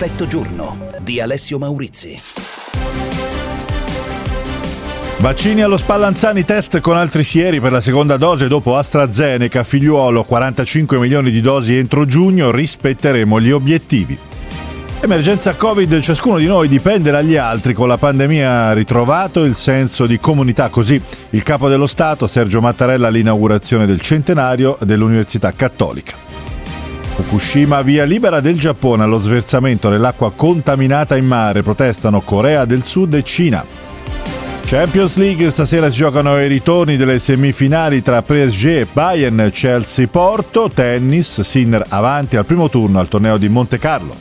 Perfetto giorno di Alessio Maurizi. Vaccini allo Spallanzani, test con altri sieri per la seconda dose dopo AstraZeneca. Figliuolo, 45 milioni di dosi entro giugno, rispetteremo gli obiettivi. Emergenza Covid, ciascuno di noi dipende dagli altri. Con la pandemia ha ritrovato il senso di comunità, così il capo dello Stato Sergio Mattarella all'inaugurazione del centenario dell'Università Cattolica. Fukushima, via libera del Giappone allo sversamento dell'acqua contaminata in mare, protestano Corea del Sud e Cina. Champions League, stasera si giocano i ritorni delle semifinali tra PSG e Bayern, Chelsea Porto, tennis, Sinner avanti al primo turno al torneo di Monte Carlo.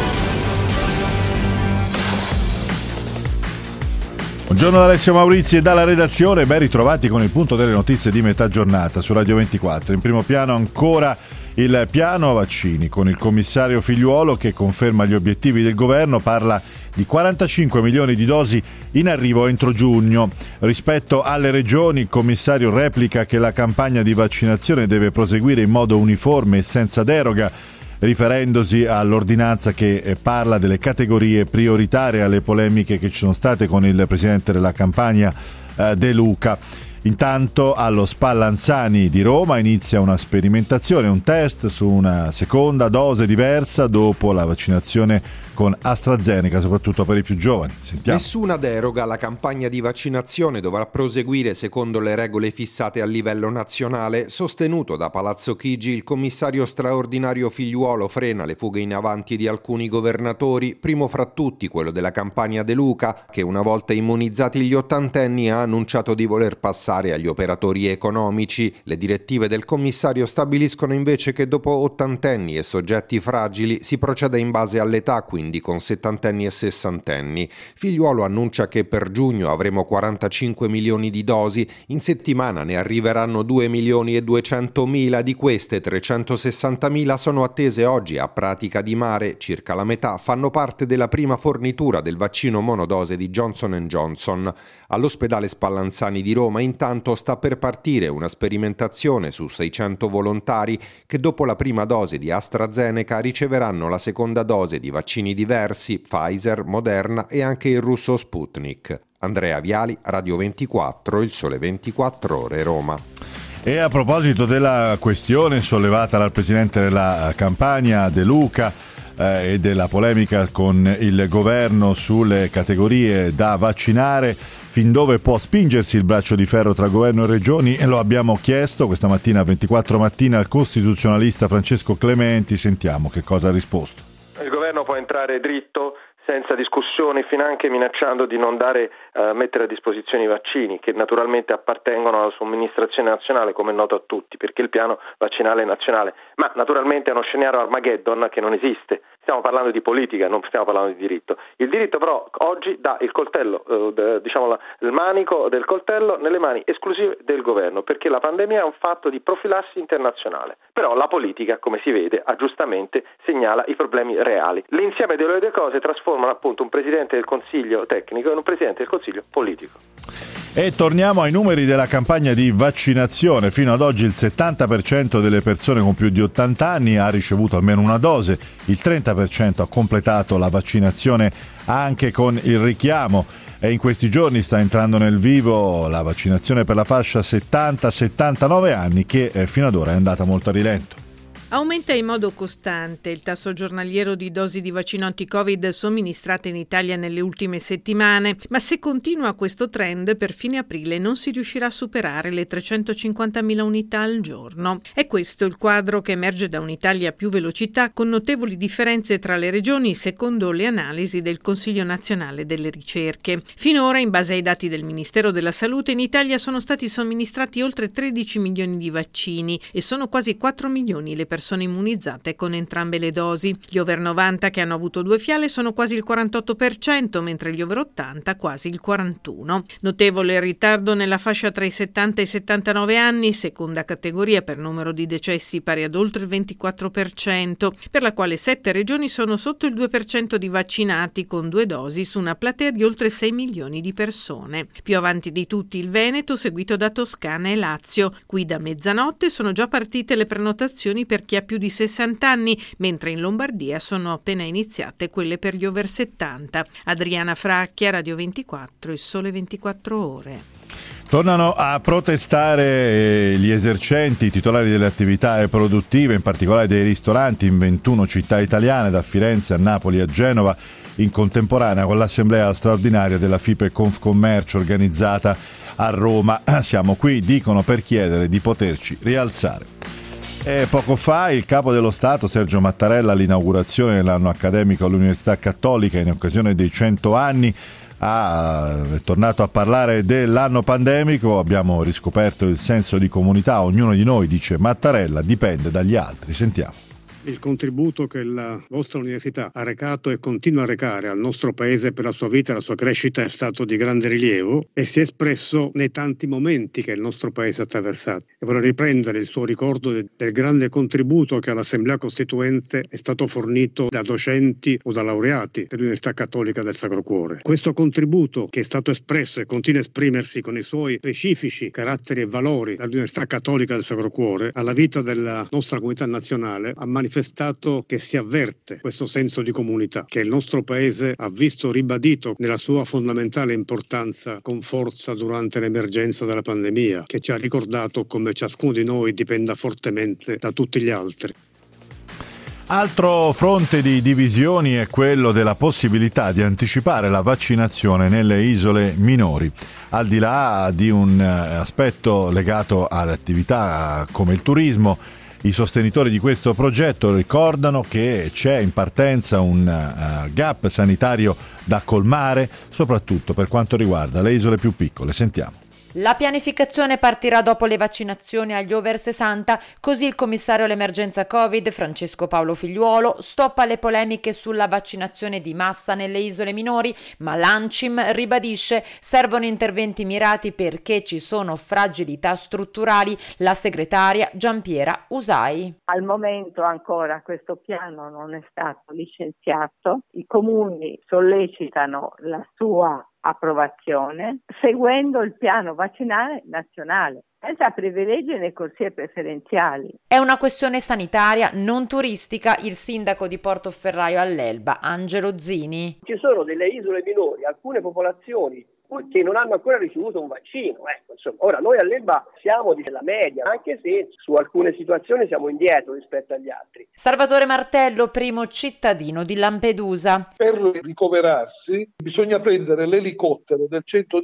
Buongiorno da Alessio Maurizi e dalla redazione, ben ritrovati con il punto delle notizie di metà giornata su Radio 24. In primo piano ancora il piano vaccini con il commissario Figliuolo che conferma gli obiettivi del governo, parla di 45 milioni di dosi in arrivo entro giugno. Rispetto alle regioni, il commissario replica che la campagna di vaccinazione deve proseguire in modo uniforme e senza deroga, riferendosi all'ordinanza che parla delle categorie prioritarie, alle polemiche che ci sono state con il presidente della campagna De Luca. Intanto allo Spallanzani di Roma inizia una sperimentazione, un test su una seconda dose diversa dopo la vaccinazione con AstraZeneca, soprattutto per i più giovani. Sentiamo. Nessuna deroga, la campagna di vaccinazione dovrà proseguire secondo le regole fissate a livello nazionale. Sostenuto da Palazzo Chigi, il commissario straordinario Figliuolo frena le fughe in avanti di alcuni governatori, primo fra tutti quello della campagna De Luca, che una volta immunizzati gli ottantenni ha annunciato di voler passare agli operatori economici. Le direttive del commissario stabiliscono invece che dopo ottantenni e soggetti fragili si proceda in base all'età, quindi con settantenni e sessantenni. Figliuolo annuncia che per giugno avremo 45 milioni di dosi, in settimana ne arriveranno 2 milioni e 200 mila, di queste 360 mila sono attese oggi a Pratica di Mare, circa la metà fanno parte della prima fornitura del vaccino monodose di Johnson & Johnson. All'ospedale Spallanzani di Roma intanto sta per partire una sperimentazione su 600 volontari che dopo la prima dose di AstraZeneca riceveranno la seconda dose di vaccini diversi, Pfizer, Moderna e anche il russo Sputnik. Andrea Viali, Radio 24, Il Sole 24 Ore, Roma. E a proposito della questione sollevata dal presidente della campagna De Luca e della polemica con il governo sulle categorie da vaccinare, fin dove può spingersi il braccio di ferro tra governo e regioni, e lo abbiamo chiesto questa mattina a 24 mattina al costituzionalista Francesco Clementi. Sentiamo che cosa ha risposto. Il governo può entrare dritto senza discussioni, finanche minacciando di non mettere a disposizione i vaccini, che naturalmente appartengono alla somministrazione nazionale, come è noto a tutti, perché il piano vaccinale è nazionale, ma naturalmente è uno scenario Armageddon che non esiste. Stiamo parlando di politica, non stiamo parlando di diritto. Il diritto però oggi dà il coltello, il manico del coltello nelle mani esclusive del governo, perché la pandemia è un fatto di profilassi internazionale. Però la politica, come si vede, giustamente segnala i problemi reali. L'insieme delle due cose trasformano appunto un presidente del Consiglio tecnico in un presidente del Consiglio politico. E torniamo ai numeri della campagna di vaccinazione. Fino ad oggi il 70% delle persone con più di 80 anni ha ricevuto almeno una dose, il 30% ha completato la vaccinazione anche con il richiamo, e in questi giorni sta entrando nel vivo la vaccinazione per la fascia 70-79 anni che fino ad ora è andata molto a rilento. Aumenta in modo costante il tasso giornaliero di dosi di vaccino anti-Covid somministrate in Italia nelle ultime settimane, ma se continua questo trend per fine aprile non si riuscirà a superare le 350.000 unità al giorno. È questo il quadro che emerge da un'Italia a più velocità, con notevoli differenze tra le regioni secondo le analisi del Consiglio Nazionale delle Ricerche. Finora, in base ai dati del Ministero della Salute, in Italia sono stati somministrati oltre 13 milioni di vaccini e sono quasi 4 milioni le persone immunizzate con entrambe le dosi. Gli over 90 che hanno avuto 2 fiale sono quasi il 48%, mentre gli over 80 quasi il 41%. Notevole il ritardo nella fascia tra i 70 e i 79 anni, seconda categoria per numero di decessi pari ad oltre il 24%, per la quale 7 regioni sono sotto il 2% di vaccinati con 2 dosi su una platea di oltre 6 milioni di persone. Più avanti di tutti il Veneto, seguito da Toscana e Lazio. Qui da mezzanotte sono già partite le prenotazioni per chi ha più di 60 anni, mentre in Lombardia sono appena iniziate quelle per gli over 70. Adriana Fracchia, Radio 24, Il Sole 24 Ore. Tornano a protestare gli esercenti, i titolari delle attività produttive, in particolare dei ristoranti in 21 città italiane, da Firenze a Napoli a Genova, in contemporanea con l'assemblea straordinaria della FIPE Confcommercio organizzata a Roma. Siamo qui, dicono, per chiedere di poterci rialzare. E poco fa il capo dello Stato, Sergio Mattarella, all'inaugurazione dell'anno accademico all'Università Cattolica in occasione dei 100 anni, è tornato a parlare dell'anno pandemico. Abbiamo riscoperto il senso di comunità. Ognuno di noi, dice Mattarella, dipende dagli altri. Sentiamo. Il contributo che la vostra università ha recato e continua a recare al nostro paese per la sua vita e la sua crescita è stato di grande rilievo e si è espresso nei tanti momenti che il nostro paese ha attraversato. E vorrei riprendere il suo ricordo del grande contributo che all'Assemblea Costituente è stato fornito da docenti o da laureati dell'Università Cattolica del Sacro Cuore. Questo contributo, che è stato espresso e continua a esprimersi con i suoi specifici caratteri e valori dall'Università Cattolica del Sacro Cuore alla vita della nostra comunità nazionale, ha manifestato che si avverte questo senso di comunità che il nostro paese ha visto ribadito nella sua fondamentale importanza con forza durante l'emergenza della pandemia, che ci ha ricordato come ciascuno di noi dipenda fortemente da tutti gli altri. Altro fronte di divisioni è quello della possibilità di anticipare la vaccinazione nelle isole minori. Al di là di un aspetto legato alle attività come il turismo, i sostenitori di questo progetto ricordano che c'è in partenza un gap sanitario da colmare, soprattutto per quanto riguarda le isole più piccole. Sentiamo. La pianificazione partirà dopo le vaccinazioni agli over 60, così il commissario all'emergenza Covid, Francesco Paolo Figliuolo, stoppa le polemiche sulla vaccinazione di massa nelle isole minori, ma l'ANCIM ribadisce servono interventi mirati perché ci sono fragilità strutturali. La segretaria Giampiera Usai. Al momento ancora questo piano non è stato licenziato, i comuni sollecitano la sua approvazione seguendo il piano vaccinale nazionale senza privilegi né corsie preferenziali. È una questione sanitaria, non turistica. Il sindaco di Portoferraio all'Elba, Angelo Zini. Ci sono delle isole minori, alcune popolazioni che non hanno ancora ricevuto un vaccino. Ora noi all'Elba siamo della media, anche se su alcune situazioni siamo indietro rispetto agli altri. Salvatore Martello, primo cittadino di Lampedusa. Per ricoverarsi bisogna prendere l'elicottero del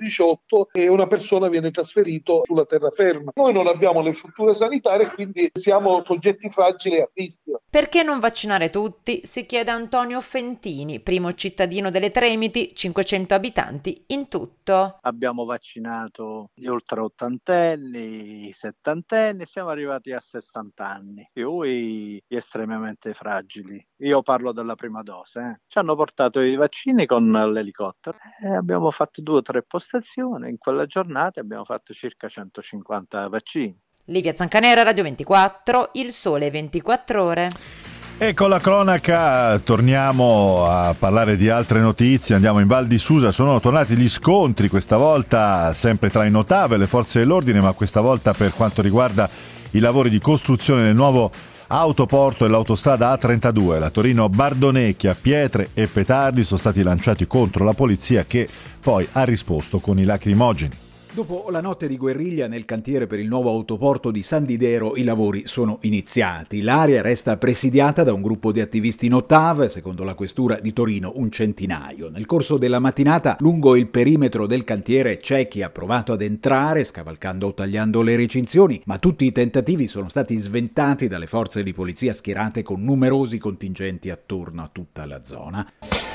118 e una persona viene trasferito sulla terraferma. Noi non abbiamo le strutture sanitarie, quindi siamo soggetti fragili a rischio. Perché non vaccinare tutti? Si chiede Antonio Fentini, primo cittadino delle Tremiti, 500 abitanti in tutto. Abbiamo vaccinato gli ultraottantenni, i settantenni, siamo arrivati a 60 anni, più gli estremamente fragili. Io parlo della prima dose. Ci hanno portato i vaccini con l'elicottero e abbiamo fatto 2 o 3 postazioni. In quella giornata abbiamo fatto circa 150 vaccini. Livia Zancanera, Radio 24, Il Sole 24 Ore. E con la cronaca torniamo a parlare di altre notizie. Andiamo in Val di Susa. Sono tornati gli scontri, questa volta sempre tra i Notav e le forze dell'ordine, ma questa volta per quanto riguarda i lavori di costruzione del nuovo autoporto e l'autostrada A32. La Torino-Bardonecchia, pietre e petardi sono stati lanciati contro la polizia, che poi ha risposto con i lacrimogeni. Dopo la notte di guerriglia nel cantiere per il nuovo autoporto di San Didero, i lavori sono iniziati. L'area resta presidiata da un gruppo di attivisti Notav, secondo la questura di Torino un centinaio. Nel corso della mattinata, lungo il perimetro del cantiere c'è chi ha provato ad entrare, scavalcando o tagliando le recinzioni, ma tutti i tentativi sono stati sventati dalle forze di polizia schierate con numerosi contingenti attorno a tutta la zona.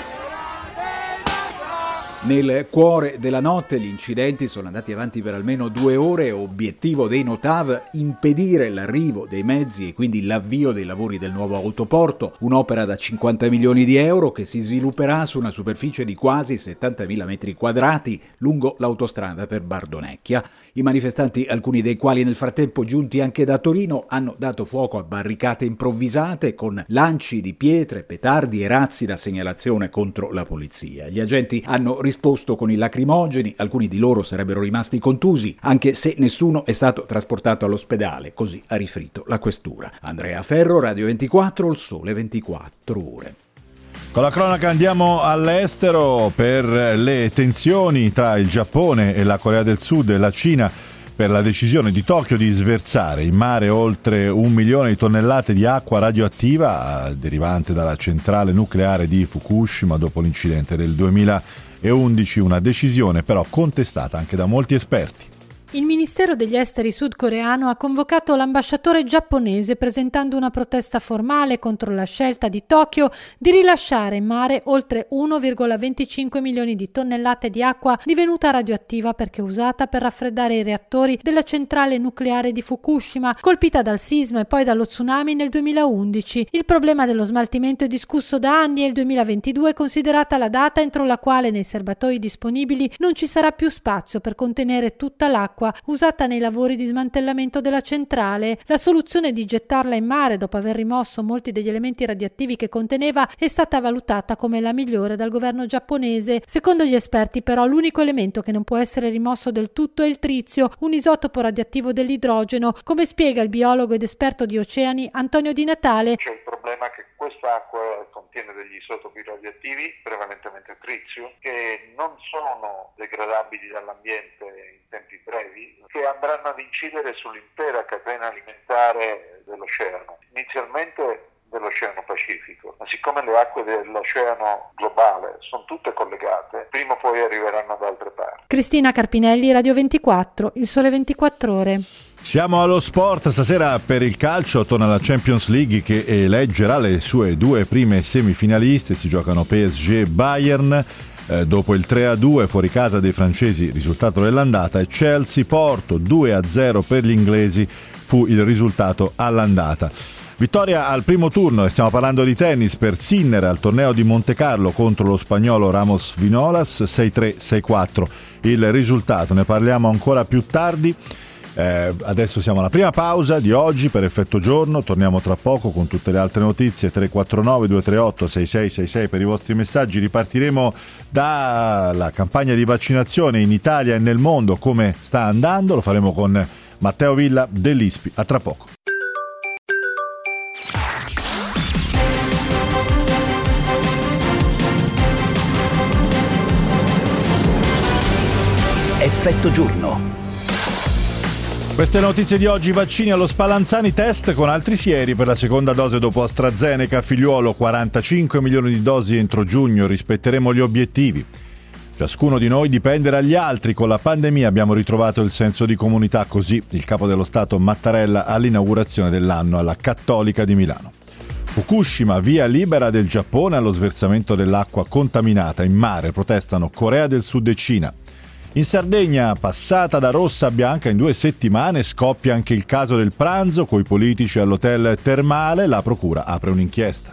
Nel cuore della notte gli incidenti sono andati avanti per almeno 2 ore. Obiettivo dei Notav: impedire l'arrivo dei mezzi e quindi l'avvio dei lavori del nuovo autoporto, un'opera da 50 milioni di euro che si svilupperà su una superficie di quasi 70.000 metri quadrati lungo l'autostrada per Bardonecchia. I manifestanti, alcuni dei quali nel frattempo giunti anche da Torino, hanno dato fuoco a barricate improvvisate con lanci di pietre, petardi e razzi da segnalazione contro la polizia. Gli agenti hanno risposto con i lacrimogeni, alcuni di loro sarebbero rimasti contusi, anche se nessuno è stato trasportato all'ospedale, così ha riferito la questura. Andrea Ferro, Radio 24, Il Sole 24 Ore. Con la cronaca andiamo all'estero per le tensioni tra il Giappone e la Corea del Sud e la Cina per la decisione di Tokyo di sversare in mare oltre 1 milione di tonnellate di acqua radioattiva derivante dalla centrale nucleare di Fukushima dopo l'incidente del 2011, una decisione però contestata anche da molti esperti. Il Ministero degli Esteri sudcoreano ha convocato l'ambasciatore giapponese presentando una protesta formale contro la scelta di Tokyo di rilasciare in mare oltre 1,25 milioni di tonnellate di acqua divenuta radioattiva perché usata per raffreddare i reattori della centrale nucleare di Fukushima, colpita dal sisma e poi dallo tsunami nel 2011. Il problema dello smaltimento è discusso da anni e il 2022 è considerata la data entro la quale nei serbatoi disponibili non ci sarà più spazio per contenere tutta l'acqua usata nei lavori di smantellamento della centrale. La soluzione di gettarla in mare dopo aver rimosso molti degli elementi radioattivi che conteneva è stata valutata come la migliore dal governo giapponese. Secondo gli esperti però l'unico elemento che non può essere rimosso del tutto è il trizio, un isotopo radioattivo dell'idrogeno, come spiega il biologo ed esperto di oceani Antonio Di Natale. C'è il problema che quest'acqua contiene degli isotopi radioattivi, prevalentemente trizio, che non sono degradabili dall'ambiente in tempi brevi, che andranno ad incidere sull'intera catena alimentare dell'oceano, inizialmente dell'Oceano Pacifico, ma siccome le acque dell'oceano globale sono tutte collegate, prima o poi arriveranno da altre parti. Cristina Carpinelli, Radio 24, Il Sole 24 Ore. Siamo allo sport, stasera per il calcio torna la Champions League che eleggerà le sue 2 prime semifinaliste, si giocano PSG e Bayern. Dopo il 3-2 fuori casa dei francesi, risultato dell'andata, e Chelsea-Porto 2-0 per gli inglesi fu il risultato all'andata. Vittoria al primo turno, e stiamo parlando di tennis, per Sinner al torneo di Montecarlo contro lo spagnolo Ramos Vinolas, 6-3, 6-4 il risultato, ne parliamo ancora più tardi. Adesso siamo alla prima pausa di oggi per Effetto Giorno, torniamo tra poco con tutte le altre notizie. 349 238 6666 per i vostri messaggi. Ripartiremo dalla campagna di vaccinazione in Italia e nel mondo, come sta andando, lo faremo con Matteo Villa dell'ISPI. A tra poco. Effetto Giorno. Queste notizie di oggi: vaccini allo Spallanzani, test con altri sieri per la seconda dose dopo AstraZeneca. Figliuolo, 45 milioni di dosi entro giugno, rispetteremo gli obiettivi. Ciascuno di noi dipende dagli altri, con la pandemia abbiamo ritrovato il senso di comunità, così il capo dello Stato Mattarella all'inaugurazione dell'anno alla Cattolica di Milano. Fukushima, via libera del Giappone allo sversamento dell'acqua contaminata in mare, protestano Corea del Sud e Cina. In Sardegna, passata da rossa a bianca in 2 settimane, scoppia anche il caso del pranzo coi politici all'hotel termale, la procura apre un'inchiesta.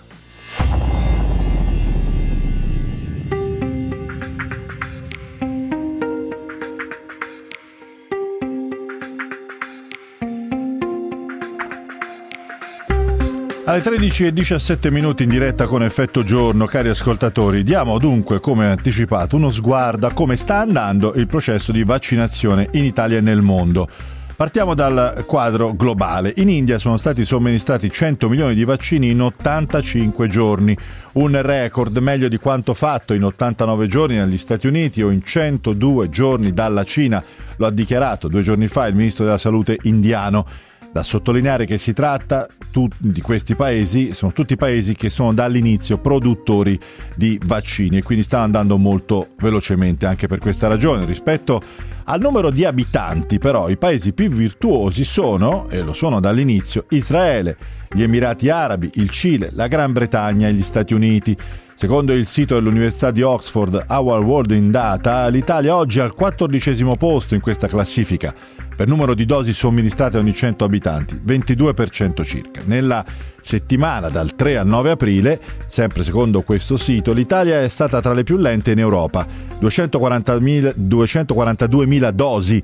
Alle 13:17 in diretta con Effetto Giorno, cari ascoltatori, diamo dunque, come anticipato, uno sguardo a come sta andando il processo di vaccinazione in Italia e nel mondo. Partiamo dal quadro globale. In India sono stati somministrati 100 milioni di vaccini in 85 giorni, un record, meglio di quanto fatto in 89 giorni negli Stati Uniti o in 102 giorni dalla Cina, lo ha dichiarato 2 giorni fa il ministro della Salute indiano. Da sottolineare che si tratta di questi paesi, sono tutti paesi che sono dall'inizio produttori di vaccini e quindi stanno andando molto velocemente anche per questa ragione. Rispetto al numero di abitanti, però, i paesi più virtuosi sono, e lo sono dall'inizio, Israele, gli Emirati Arabi, il Cile, la Gran Bretagna e gli Stati Uniti. Secondo il sito dell'Università di Oxford Our World in Data, l'Italia oggi è al 14° posto in questa classifica per numero di dosi somministrate ogni 100 abitanti, 22% circa. Nella settimana dal 3 al 9 aprile, sempre secondo questo sito, l'Italia è stata tra le più lente in Europa, 242.000 dosi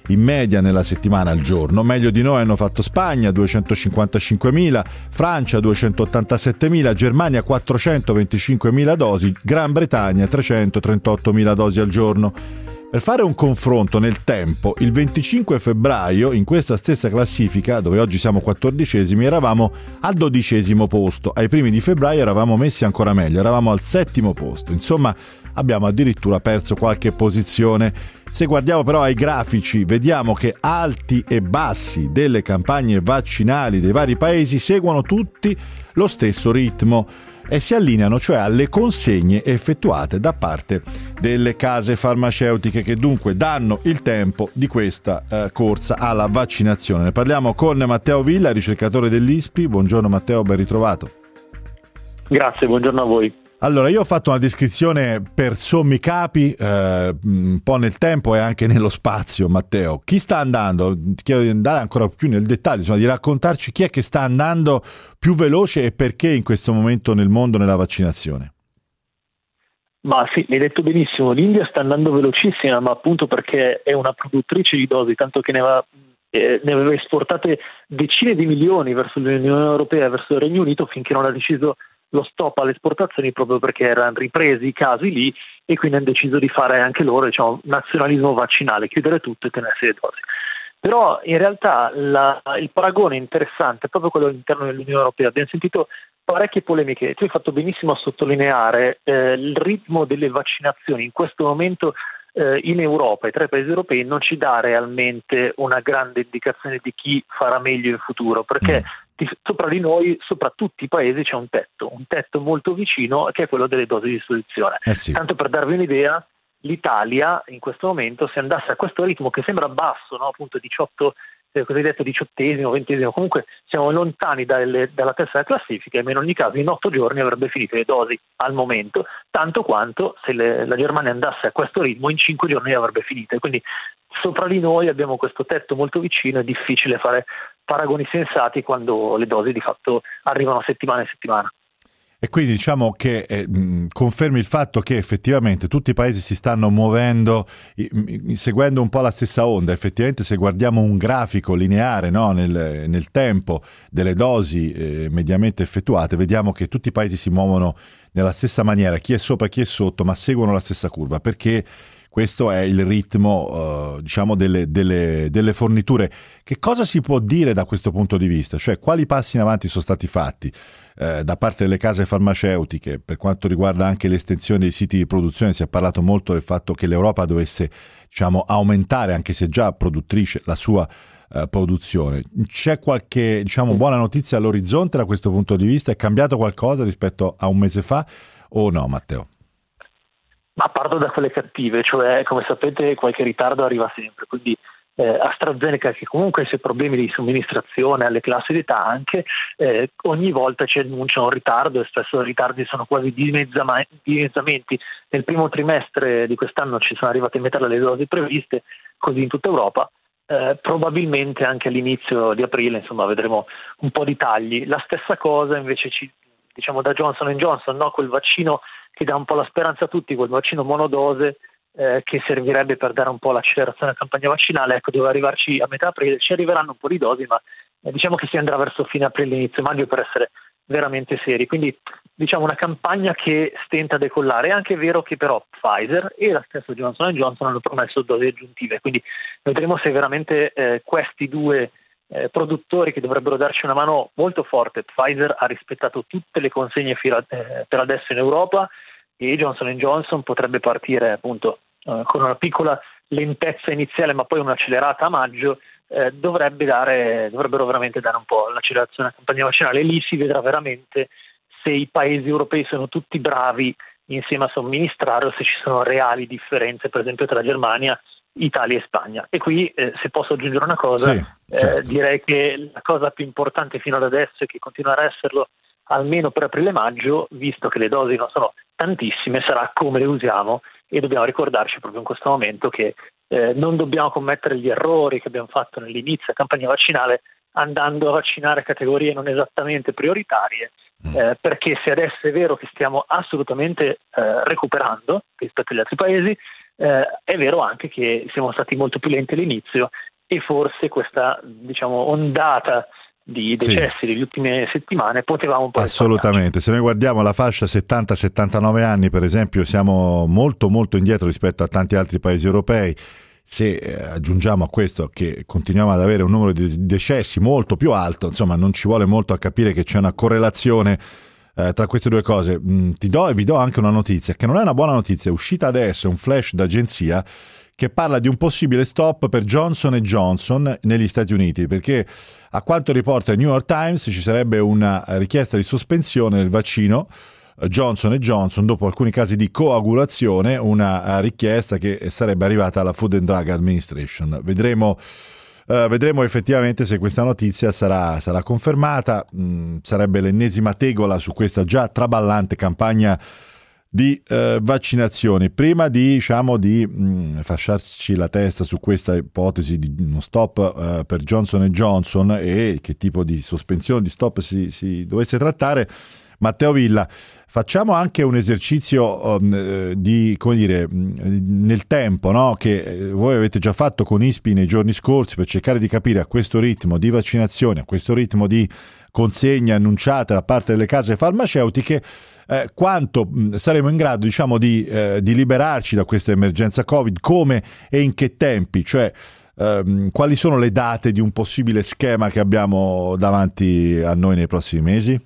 in media nella settimana al giorno. Meglio di noi hanno fatto Spagna 255.000, Francia 287.000, Germania 425.000 dosi, Gran Bretagna 338.000 dosi al giorno. Per fare un confronto nel tempo, il 25 febbraio in questa stessa classifica, dove oggi siamo 14esimi, eravamo al 12° posto. Ai primi di febbraio eravamo messi ancora meglio, eravamo al 7° posto. Insomma, abbiamo addirittura perso qualche posizione. Se guardiamo però ai grafici, vediamo che alti e bassi delle campagne vaccinali dei vari paesi seguono tutti lo stesso ritmo e si allineano cioè alle consegne effettuate da parte delle case farmaceutiche, che dunque danno il tempo di questa corsa alla vaccinazione. Ne parliamo con Matteo Villa, ricercatore dell'ISPI. Buongiorno Matteo, ben ritrovato. Grazie, buongiorno a voi. Allora, io ho fatto una descrizione per sommi capi, un po' nel tempo e anche nello spazio, Matteo. Chi sta andando? Ti chiedo di andare ancora più nel dettaglio, insomma, di raccontarci chi è che sta andando più veloce e perché in questo momento nel mondo nella vaccinazione. Ma sì, hai detto benissimo, l'India sta andando velocissima, ma appunto perché è una produttrice di dosi, tanto che ne aveva esportate decine di milioni verso l'Unione Europea e verso il Regno Unito, finché non ha deciso lo stop alle esportazioni, proprio perché erano ripresi i casi lì e quindi hanno deciso di fare anche loro, nazionalismo vaccinale, chiudere tutto e tenersi le dosi. Però in realtà il paragone interessante è proprio quello all'interno dell'Unione Europea. Abbiamo sentito parecchie polemiche. Tu hai fatto benissimo a sottolineare il ritmo delle vaccinazioni in questo momento in Europa e tra i paesi europei non ci dà realmente una grande indicazione di chi farà meglio in futuro, perché sopra di noi, sopra tutti i paesi, c'è un tetto molto vicino, che è quello delle dosi di disposizione. Sì. Tanto per darvi un'idea, l'Italia in questo momento, se andasse a questo ritmo che sembra basso, no? Appunto 18, cosiddetto 18esimo, 20esimo, comunque siamo lontani dalla testa della classifica, e in ogni caso in 8 giorni avrebbe finito le dosi al momento, tanto quanto se la Germania andasse a questo ritmo in 5 giorni le avrebbe finite. Quindi sopra di noi abbiamo questo tetto molto vicino, è difficile fare paragoni sensati quando le dosi di fatto arrivano settimana e settimana. E quindi diciamo che confermi il fatto che effettivamente tutti i paesi si stanno muovendo seguendo un po' la stessa onda. Effettivamente se guardiamo un grafico lineare, no, nel tempo delle dosi mediamente effettuate, vediamo che tutti i paesi si muovono nella stessa maniera, chi è sopra chi è sotto, ma seguono la stessa curva, perché questo è il ritmo delle forniture. Che cosa si può dire da questo punto di vista? Cioè, quali passi in avanti sono stati fatti da parte delle case farmaceutiche per quanto riguarda anche l'estensione dei siti di produzione? Si è parlato molto del fatto che l'Europa dovesse aumentare, anche se già produttrice, la sua produzione. C'è qualche buona notizia all'orizzonte da questo punto di vista? È cambiato qualcosa rispetto a un mese fa o no, Matteo? Ma parto da quelle cattive, cioè come sapete qualche ritardo arriva sempre, quindi AstraZeneca, che comunque ha i suoi problemi di somministrazione alle classi d'età anche, ogni volta ci annunciano un ritardo e spesso i ritardi sono quasi dimezzamenti. Nel primo trimestre di quest'anno ci sono arrivate metà delle dosi previste, così in tutta Europa. Probabilmente anche all'inizio di aprile, insomma, vedremo un po' di tagli. La stessa cosa invece da Johnson & Johnson, no? Quel vaccino che dà un po' la speranza a tutti, quel vaccino monodose che servirebbe per dare un po' l'accelerazione alla campagna vaccinale, ecco, doveva arrivarci a metà aprile, ci arriveranno un po' di dosi, ma diciamo che si andrà verso fine aprile, inizio maggio per essere veramente seri. Quindi una campagna che stenta a decollare. È anche vero che però Pfizer e la stessa Johnson & Johnson hanno promesso dosi aggiuntive, quindi vedremo se veramente questi due produttori che dovrebbero darci una mano molto forte. Pfizer ha rispettato tutte le consegne per adesso in Europa e Johnson & Johnson potrebbe partire appunto con una piccola lentezza iniziale ma poi un'accelerata a maggio. Dovrebbero veramente dare un po' l'accelerazione alla campagna vaccinale, e lì si vedrà veramente se i paesi europei sono tutti bravi insieme a somministrare o se ci sono reali differenze, per esempio tra Germania, Italia e Spagna. E qui se posso aggiungere una cosa, sì, certo. Direi che la cosa più importante fino ad adesso, e che continuerà a esserlo almeno per aprile-maggio, visto che le dosi non sono tantissime, sarà come le usiamo, e dobbiamo ricordarci proprio in questo momento che non dobbiamo commettere gli errori che abbiamo fatto nell'inizio della campagna vaccinale andando a vaccinare categorie non esattamente prioritarie, perché se adesso è vero che stiamo assolutamente recuperando rispetto agli altri paesi, È vero anche che siamo stati molto più lenti all'inizio e forse questa, diciamo, ondata di decessi delle ultime settimane potevamo un po' assolutamente. Se noi guardiamo la fascia 70-79 anni, per esempio, siamo molto molto indietro rispetto a tanti altri paesi europei. Se aggiungiamo a questo che continuiamo ad avere un numero di decessi molto più alto, insomma non ci vuole molto a capire che c'è una correlazione tra queste due cose. Vi do anche una notizia che non è una buona notizia, è uscita adesso un flash d'agenzia che parla di un possibile stop per Johnson & Johnson negli Stati Uniti, perché a quanto riporta il New York Times ci sarebbe una richiesta di sospensione del vaccino Johnson & Johnson dopo alcuni casi di coagulazione, una richiesta che sarebbe arrivata alla Food and Drug Administration. Vedremo effettivamente se questa notizia sarà confermata. Sarebbe l'ennesima tegola su questa già traballante campagna di vaccinazioni. Prima di fasciarci la testa su questa ipotesi di uno stop per Johnson & Johnson e che tipo di sospensione di stop si dovesse trattare, Matteo Villa, facciamo anche un esercizio di, come dire, nel tempo, no? Che voi avete già fatto con ISPI nei giorni scorsi per cercare di capire a questo ritmo di vaccinazione, a questo ritmo di consegne annunciate da parte delle case farmaceutiche, quanto saremo in grado, diciamo, di liberarci da questa emergenza Covid, come e in che tempi, cioè quali sono le date di un possibile schema che abbiamo davanti a noi nei prossimi mesi?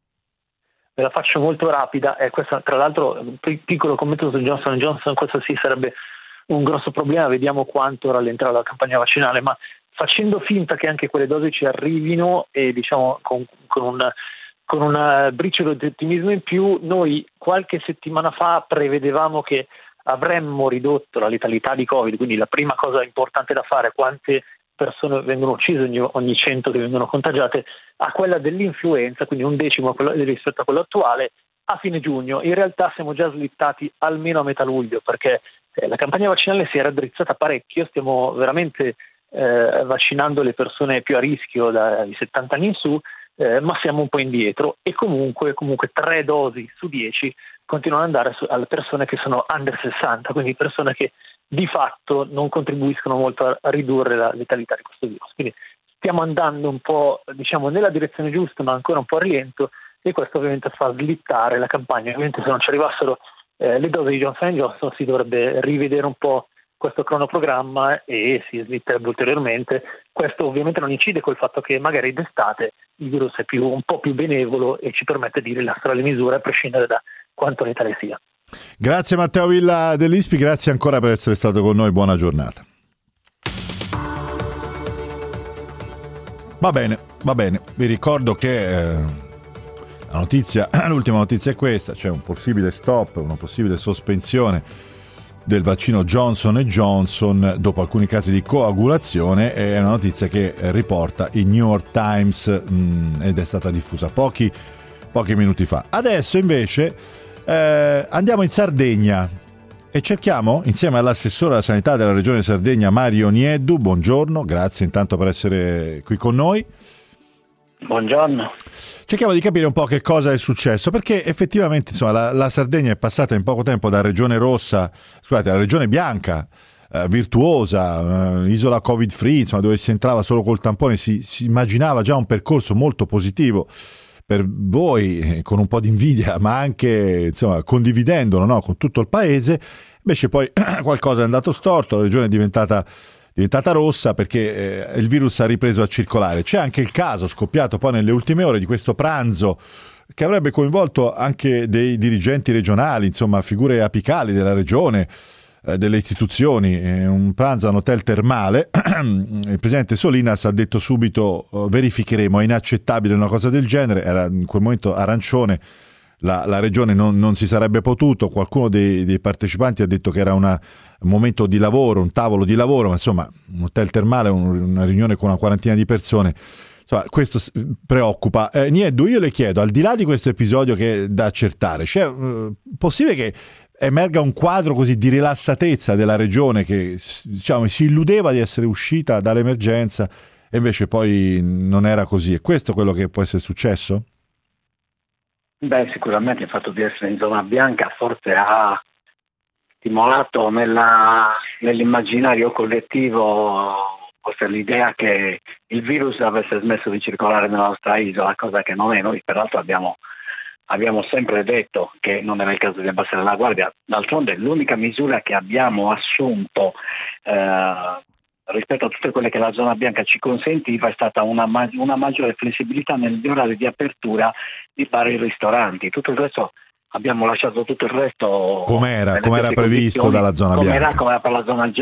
Ve la faccio molto rapida, questa, tra l'altro, piccolo commento su Johnson & Johnson, questo sì sarebbe un grosso problema, vediamo quanto rallenterà la campagna vaccinale, ma facendo finta che anche quelle dosi ci arrivino e diciamo con un briciolo di ottimismo in più, noi qualche settimana fa prevedevamo che avremmo ridotto la letalità di Covid, quindi la prima cosa importante da fare, quante persone vengono uccise ogni 100 che vengono contagiate, a quella dell'influenza, quindi 1/10 rispetto a quello attuale, a fine giugno. In realtà siamo già slittati almeno a metà luglio, perché la campagna vaccinale si è raddrizzata parecchio, stiamo veramente vaccinando le persone più a rischio dai 70 anni in su, ma siamo un po' indietro e comunque 3 dosi su 10 continuano ad andare alle persone che sono under 60, quindi persone che di fatto non contribuiscono molto a ridurre la letalità di questo virus. Quindi stiamo andando un po', diciamo, nella direzione giusta, ma ancora un po' a rilento, e questo ovviamente fa slittare la campagna. Ovviamente se non ci arrivassero le dosi di Johnson & Johnson si dovrebbe rivedere un po' questo cronoprogramma e si slitterebbe ulteriormente. Questo ovviamente non incide col fatto che magari d'estate il virus è un po' più benevolo e ci permette di rilassare le misure a prescindere da quanto letale sia. Grazie Matteo Villa dell'ISPI, grazie ancora per essere stato con noi, buona giornata. Va bene, vi ricordo che l'ultima notizia è questa, c'è un possibile stop, una possibile sospensione del vaccino Johnson & Johnson dopo alcuni casi di coagulazione. È una notizia che riporta il New York Times ed è stata diffusa pochi minuti fa. Adesso invece andiamo in Sardegna e cerchiamo, insieme all'assessore alla sanità della regione Sardegna Mario Nieddu, buongiorno, grazie intanto per essere qui con noi. Buongiorno. Cerchiamo di capire un po' che cosa è successo, perché effettivamente insomma la Sardegna è passata in poco tempo da regione rossa, alla regione bianca, virtuosa, isola covid free, insomma, dove si entrava solo col tampone, si immaginava già un percorso molto positivo per voi, con un po' di invidia, ma anche insomma condividendolo, no, con tutto il paese. Invece poi qualcosa è andato storto, la regione è diventata rossa perché il virus ha ripreso a circolare. C'è anche il caso scoppiato poi nelle ultime ore di questo pranzo che avrebbe coinvolto anche dei dirigenti regionali, insomma figure apicali della regione, delle istituzioni, un pranzo a un hotel termale. Il presidente Solinas ha detto subito verificheremo, è inaccettabile una cosa del genere, era in quel momento arancione, la regione non si sarebbe potuto. Qualcuno dei partecipanti ha detto che era un momento di lavoro, un tavolo di lavoro, ma insomma un hotel termale, una riunione con una quarantina di persone, insomma questo preoccupa. Nieddu, io le chiedo, al di là di questo episodio che è da accertare, c'è possibile che emerga un quadro così di rilassatezza della regione che, diciamo, si illudeva di essere uscita dall'emergenza e invece poi non era così? È questo quello che può essere successo? Beh, sicuramente il fatto di essere in zona bianca forse ha stimolato nell'immaginario collettivo l'idea che il virus avesse smesso di circolare nella nostra isola, cosa che non è. Noi peraltro abbiamo sempre detto che non era il caso di abbassare la guardia. D'altronde l'unica misura che abbiamo assunto rispetto a tutte quelle che la zona bianca ci consentiva è stata una maggiore flessibilità negli orari di apertura di bar e ristoranti. Tutto il resto abbiamo lasciato tutto il resto com'era previsto dalla zona bianca, come era per la zona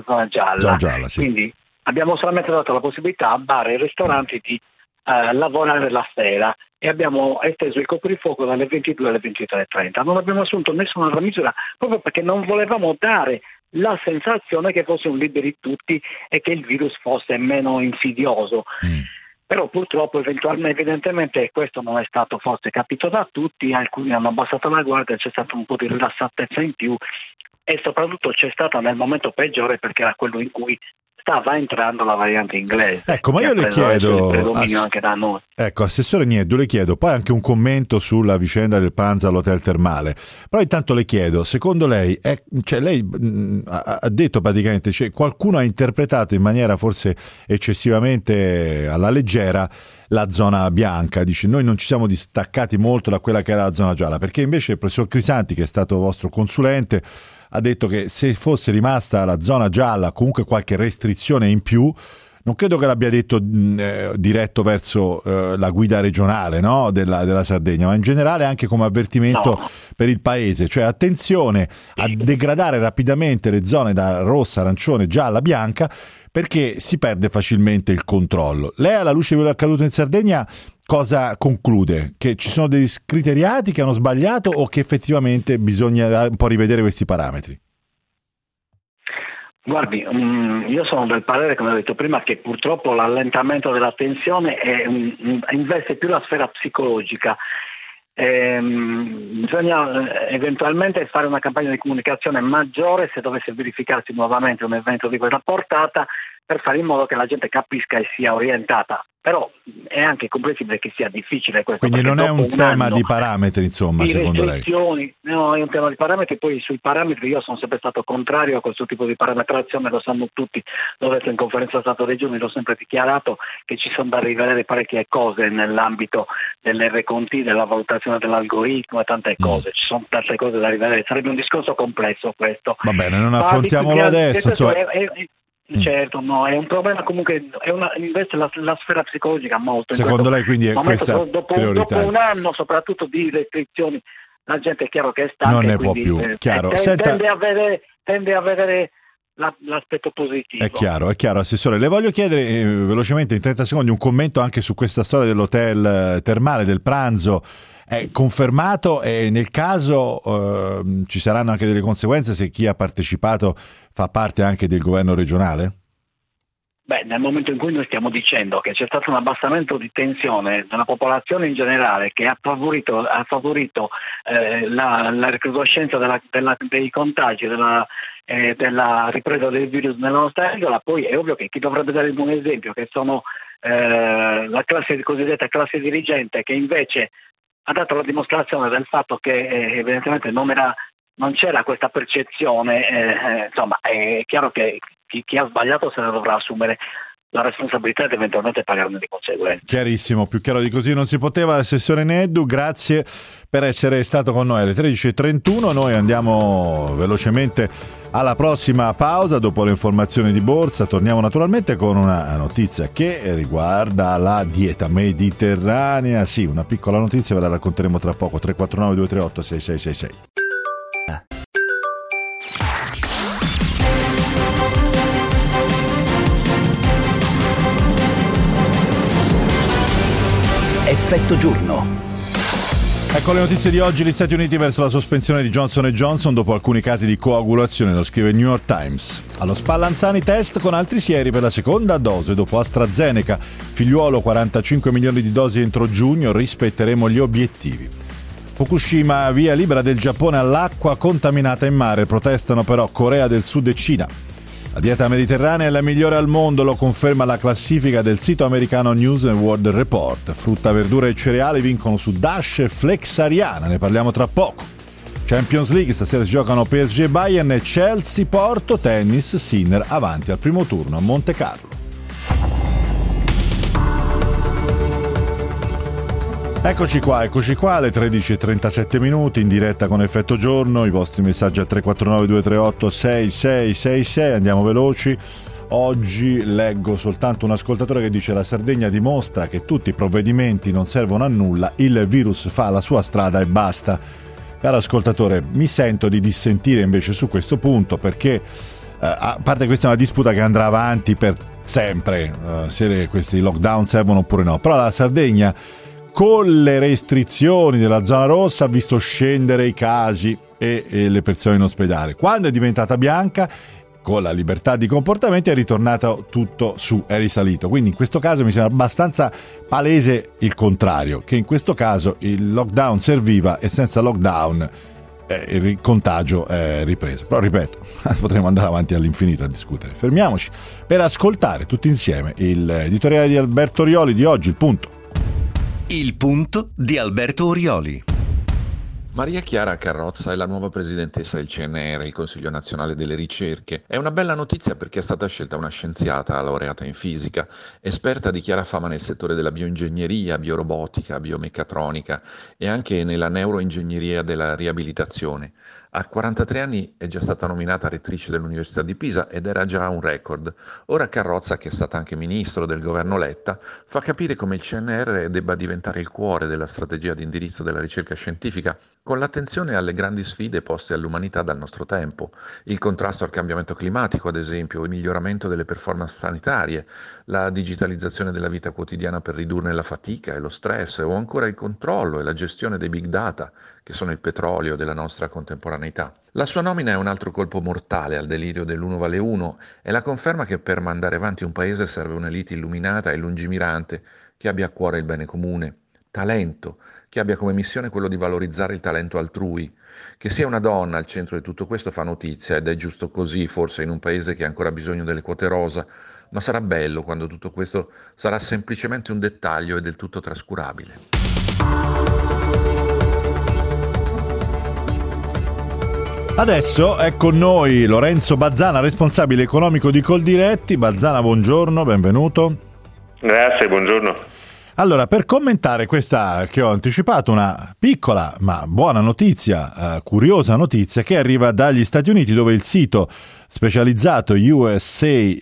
gialla. Sì. Quindi abbiamo solamente dato la possibilità a bar e ristoranti di lavorare la sera e abbiamo esteso il coprifuoco dalle 22 alle 23:30. Non abbiamo assunto nessuna altra misura proprio perché non volevamo dare la sensazione che fosse un liberi tutti e che il virus fosse meno insidioso. Però purtroppo evidentemente questo non è stato forse capito da tutti, alcuni hanno abbassato la guardia, c'è stato un po' di rilassatezza in più e soprattutto c'è stata nel momento peggiore perché era quello in cui stava entrando la variante inglese. Ecco, ma io le chiedo, anche da noi. Ecco, Assessore Nieddu, le chiedo poi anche un commento sulla vicenda del pranzo all'Hotel Termale. Però intanto le chiedo, secondo lei, lei ha detto praticamente, qualcuno ha interpretato in maniera forse eccessivamente alla leggera la zona bianca, dice noi non ci siamo distaccati molto da quella che era la zona gialla, perché invece il professor Crisanti, che è stato vostro consulente, ha detto che se fosse rimasta la zona gialla, comunque qualche restrizione in più, non credo che l'abbia detto diretto verso la guida regionale, no? della Sardegna, ma in generale anche come avvertimento per il paese, cioè attenzione a degradare rapidamente le zone da rossa, arancione, gialla, bianca, perché si perde facilmente il controllo. Lei, alla luce di quello che è accaduto in Sardegna, cosa conclude? Che ci sono degli scriteriati che hanno sbagliato o che effettivamente bisogna un po' rivedere questi parametri? Guardi, io sono del parere, come ho detto prima, che purtroppo l'allentamento della tensione investe più la sfera psicologica. Bisogna eventualmente fare una campagna di comunicazione maggiore se dovesse verificarsi nuovamente un evento di questa portata, per fare in modo che la gente capisca e sia orientata. Però è anche comprensibile che sia difficile questo. Quindi non è un tema di parametri, insomma, di secondo lei? No, è un tema di parametri. Poi sui parametri io sono sempre stato contrario a questo tipo di parametrazione, lo sanno tutti. L'ho detto in conferenza Stato-Regioni, l'ho sempre dichiarato che ci sono da rivedere parecchie cose nell'ambito dell'RConti, della valutazione dell'algoritmo e tante cose. Ci sono tante cose da rivedere. Sarebbe un discorso complesso questo. Va bene, non affrontiamolo adesso. Certo, no, è un problema comunque, invece la sfera psicologica molto. Secondo lei quindi è questa priorità? Dopo un anno soprattutto di restrizioni, la gente è chiaro che è stanca. Non ne può più, chiaro. Tende a vedere l'aspetto positivo. È chiaro, Assessore. Le voglio chiedere velocemente, in 30 secondi, un commento anche su questa storia dell'hotel termale, del pranzo. È confermato e nel caso ci saranno anche delle conseguenze se chi ha partecipato fa parte anche del governo regionale? Beh, nel momento in cui noi stiamo dicendo che c'è stato un abbassamento di tensione nella popolazione in generale che ha favorito la recrudescenza dei contagi, della ripresa del virus nella nostra isola, poi è ovvio che chi dovrebbe dare il buon esempio, che sono la cosiddetta classe dirigente, che invece ha dato la dimostrazione del fatto che evidentemente non c'era questa percezione, insomma è chiaro che chi ha sbagliato se ne dovrà assumere la responsabilità ed eventualmente pagarne di conseguenza. Chiarissimo, più chiaro di così non si poteva. Assessore Nieddu, grazie per essere stato con noi alle 13.31. Noi andiamo velocemente alla prossima pausa dopo le informazioni di borsa. Torniamo naturalmente con una notizia che riguarda la dieta mediterranea. Sì, una piccola notizia, ve la racconteremo tra poco. 349 238 6666. Effetto giorno. Ecco le notizie di oggi. Gli Stati Uniti verso la sospensione di Johnson & Johnson dopo alcuni casi di coagulazione, lo scrive il New York Times. Allo Spallanzani test con altri sieri per la seconda dose dopo AstraZeneca. Figliuolo 45 milioni di dosi entro giugno, rispetteremo gli obiettivi. Fukushima, via libera del Giappone all'acqua contaminata in mare, protestano però Corea del Sud e Cina. La dieta mediterranea è la migliore al mondo, lo conferma la classifica del sito americano News and World Report. Frutta, verdura e cereali vincono su Dash e Flexariana, ne parliamo tra poco. Champions League, stasera si giocano PSG e Bayern e Chelsea Porto, tennis, Sinner avanti al primo turno a Monte Carlo. Eccoci qua, alle 13:37 minuti in diretta con Effetto Giorno, i vostri messaggi al 349-238-6666, andiamo veloci. Oggi leggo soltanto un ascoltatore che dice: la Sardegna dimostra che tutti i provvedimenti non servono a nulla, il virus fa la sua strada e basta. Caro ascoltatore, mi sento di dissentire invece su questo punto, perché a parte questa è una disputa che andrà avanti per sempre, se questi lockdown servono oppure no, però la Sardegna con le restrizioni della zona rossa ha visto scendere i casi e le persone in ospedale. Quando è diventata bianca, con la libertà di comportamento, è ritornato tutto su, è risalito. Quindi in questo caso mi sembra abbastanza palese il contrario, che in questo caso il lockdown serviva e senza lockdown il contagio è ripreso. Però ripeto, potremo andare avanti all'infinito a discutere. Fermiamoci per ascoltare tutti insieme l'editoriale di Alberto Orioli di oggi, Il Punto. Il Punto di Alberto Orioli. Maria Chiara Carrozza è la nuova presidentessa del CNR, il Consiglio Nazionale delle Ricerche. È una bella notizia perché è stata scelta una scienziata laureata in fisica, esperta di chiara fama nel settore della bioingegneria, biorobotica, biomeccatronica e anche nella neuroingegneria della riabilitazione. A 43 anni è già stata nominata rettrice dell'Università di Pisa ed era già un record. Ora Carrozza, che è stata anche ministro del governo Letta, fa capire come il CNR debba diventare il cuore della strategia di indirizzo della ricerca scientifica, con l'attenzione alle grandi sfide poste all'umanità dal nostro tempo. Il contrasto al cambiamento climatico, ad esempio, il miglioramento delle performance sanitarie, la digitalizzazione della vita quotidiana per ridurne la fatica e lo stress, o ancora il controllo e la gestione dei big data, che sono il petrolio della nostra contemporaneità. La sua nomina è un altro colpo mortale al delirio dell'1 vale 1, è la conferma che per mandare avanti un paese serve un'elite illuminata e lungimirante che abbia a cuore il bene comune, talento, che abbia come missione quello di valorizzare il talento altrui. Che sia una donna al centro di tutto questo fa notizia ed è giusto così, forse in un paese che ha ancora bisogno delle quote rosa, ma sarà bello quando tutto questo sarà semplicemente un dettaglio e del tutto trascurabile. Adesso è con noi Lorenzo Bazzana, responsabile economico di Coldiretti. Bazzana, buongiorno, benvenuto. Grazie, buongiorno. Allora, per commentare questa che ho anticipato, una piccola ma buona notizia, curiosa notizia che arriva dagli Stati Uniti, dove il sito specializzato US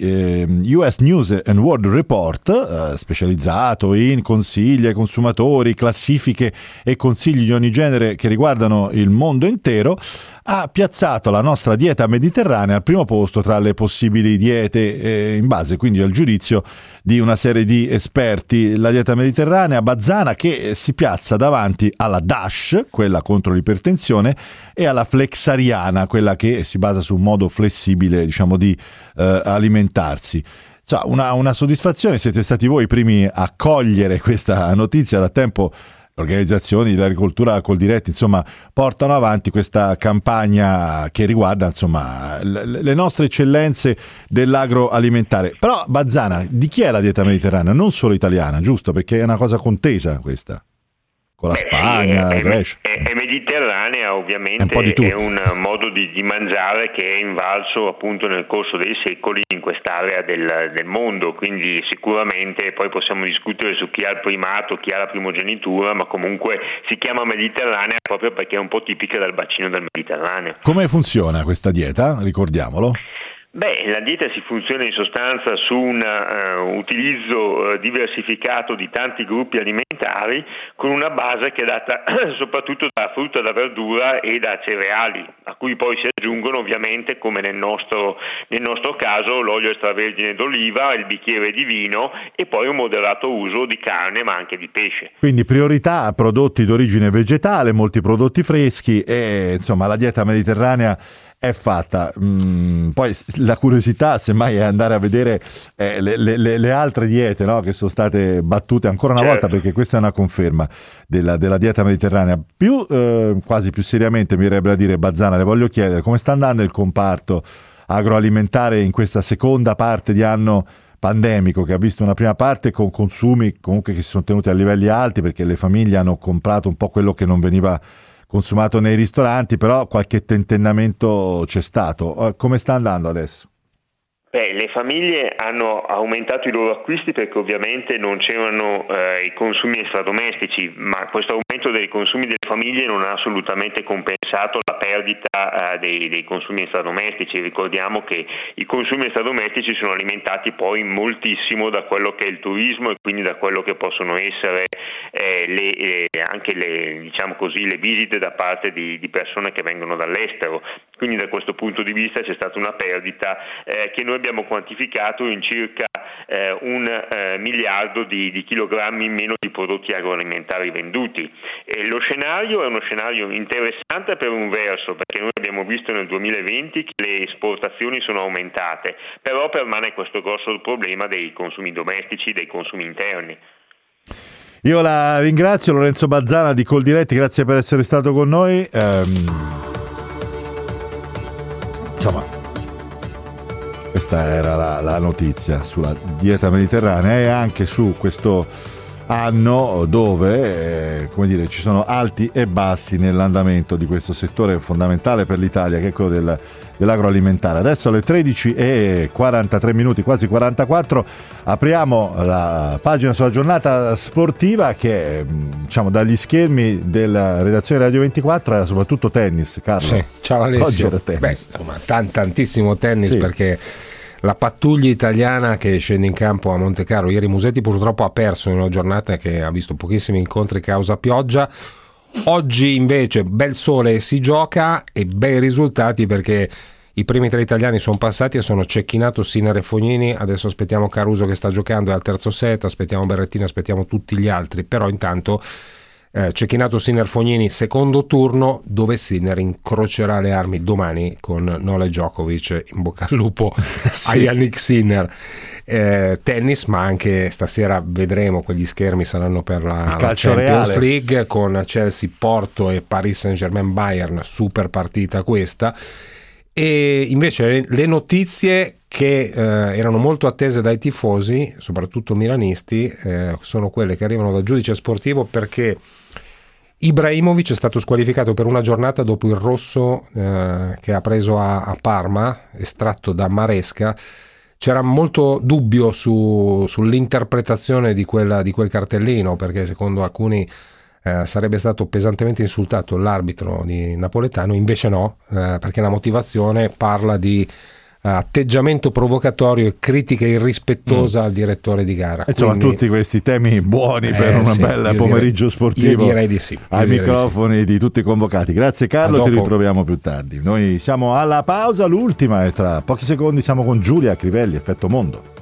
News and World Report, specializzato in consigli ai consumatori, classifiche e consigli di ogni genere che riguardano il mondo intero, ha piazzato la nostra dieta mediterranea al primo posto tra le possibili diete, in base quindi al giudizio di una serie di esperti. La dieta mediterranea, Bazzana, che si piazza davanti alla DASH, quella contro l'ipertensione, e alla flexariana, quella che si basa su un modo flessibile, diciamo, di alimentarsi. Una soddisfazione. Siete stati voi i primi a cogliere questa notizia. Da tempo organizzazioni dell'agricoltura Coldiretti, insomma, portano avanti questa campagna che riguarda, insomma, le nostre eccellenze dell'agroalimentare. Però, Bazzana, di chi è la dieta mediterranea? Non solo italiana, giusto? Perché è una cosa contesa questa, con la Spagna, la Grecia. È mediterranea, ovviamente, è un modo di mangiare che è invalso appunto nel corso dei secoli in quest'area del mondo, quindi sicuramente poi possiamo discutere su chi ha il primato, chi ha la primogenitura, ma comunque si chiama mediterranea proprio perché è un po' tipica del bacino del Mediterraneo. Come funziona questa dieta? Ricordiamolo. La dieta si funziona in sostanza su un utilizzo diversificato di tanti gruppi alimentari, con una base che è data soprattutto da frutta, da verdura e da cereali, a cui poi si aggiungono ovviamente, come nel nostro caso, l'olio extravergine d'oliva, il bicchiere di vino e poi un moderato uso di carne ma anche di pesce. Quindi priorità a prodotti d'origine vegetale, molti prodotti freschi e insomma la dieta mediterranea è fatta. Poi la curiosità semmai è andare a vedere le altre diete, no? Che sono state battute ancora una volta, perché questa è una conferma della dieta mediterranea. Quasi più seriamente mi verrebbe da dire, Bazzana, le voglio chiedere come sta andando il comparto agroalimentare in questa seconda parte di anno pandemico, che ha visto una prima parte con consumi comunque che si sono tenuti a livelli alti perché le famiglie hanno comprato un po' quello che non veniva consumato nei ristoranti, però qualche tentennamento c'è stato. Come sta andando adesso? Le famiglie hanno aumentato i loro acquisti perché ovviamente non c'erano i consumi extradomestici, ma questo aumento dei consumi delle famiglie non ha assolutamente compensato la perdita dei consumi extradomestici. Ricordiamo che i consumi extradomestici sono alimentati poi moltissimo da quello che è il turismo e quindi da quello che possono essere anche le visite da parte di persone che vengono dall'estero. Quindi da questo punto di vista c'è stata una perdita che noi abbiamo quantificato in circa 1 miliardo di chilogrammi in meno di prodotti agroalimentari venduti. E lo scenario è uno scenario interessante per un verso, perché noi abbiamo visto nel 2020 che le esportazioni sono aumentate, però permane questo grosso problema dei consumi domestici, dei consumi interni. Io la ringrazio, Lorenzo Bazzana di Coldiretti, grazie per essere stato con noi. Insomma, questa era la notizia sulla dieta mediterranea e anche su questo anno dove ci sono alti e bassi nell'andamento di questo settore fondamentale per l'Italia, che è quello dell'agroalimentare. Adesso alle 13:43, quasi 44, apriamo la pagina sulla giornata sportiva che dagli schermi della redazione Radio 24 era soprattutto tennis. Carlo. Sì, ciao Alessio. Oggi era tennis. Tantissimo tennis, sì. Perché la pattuglia italiana che scende in campo a Montecarlo, ieri Musetti purtroppo ha perso in una giornata che ha visto pochissimi incontri causa pioggia. Oggi invece bel sole e si gioca e bei risultati, perché i primi 3 italiani sono passati e sono Cecchinato, Sinner e Fognini. Adesso aspettiamo Caruso che sta giocando, è al terzo set, aspettiamo Berrettini, aspettiamo tutti gli altri, però intanto Cecchinato, Sinner, Fognini, secondo turno, dove Sinner incrocerà le armi domani con Novak Djokovic. In bocca al lupo a Yannick Sinner. Tennis, ma anche stasera vedremo, quegli schermi saranno per la Champions reale. League, con Chelsea, Porto e Paris Saint-Germain Bayern, super partita questa. E invece le notizie che erano molto attese dai tifosi, soprattutto milanisti, sono quelle che arrivano dal giudice sportivo, perché Ibrahimovic è stato squalificato per una giornata dopo il rosso che ha preso a Parma, estratto da Maresca. C'era molto dubbio sull'interpretazione di quel cartellino, perché secondo alcuni sarebbe stato pesantemente insultato l'arbitro di Napoletano, invece no, perché la motivazione parla di atteggiamento provocatorio e critica irrispettosa al direttore di gara. Insomma, quindi, tutti questi temi buoni per un bel pomeriggio sportivo. Io direi di sì. Ai microfoni di tutti i convocati. Grazie Carlo, ti ritroviamo più tardi. Noi siamo alla pausa, l'ultima, e tra pochi secondi siamo con Giulia Crivelli, Effetto Mondo.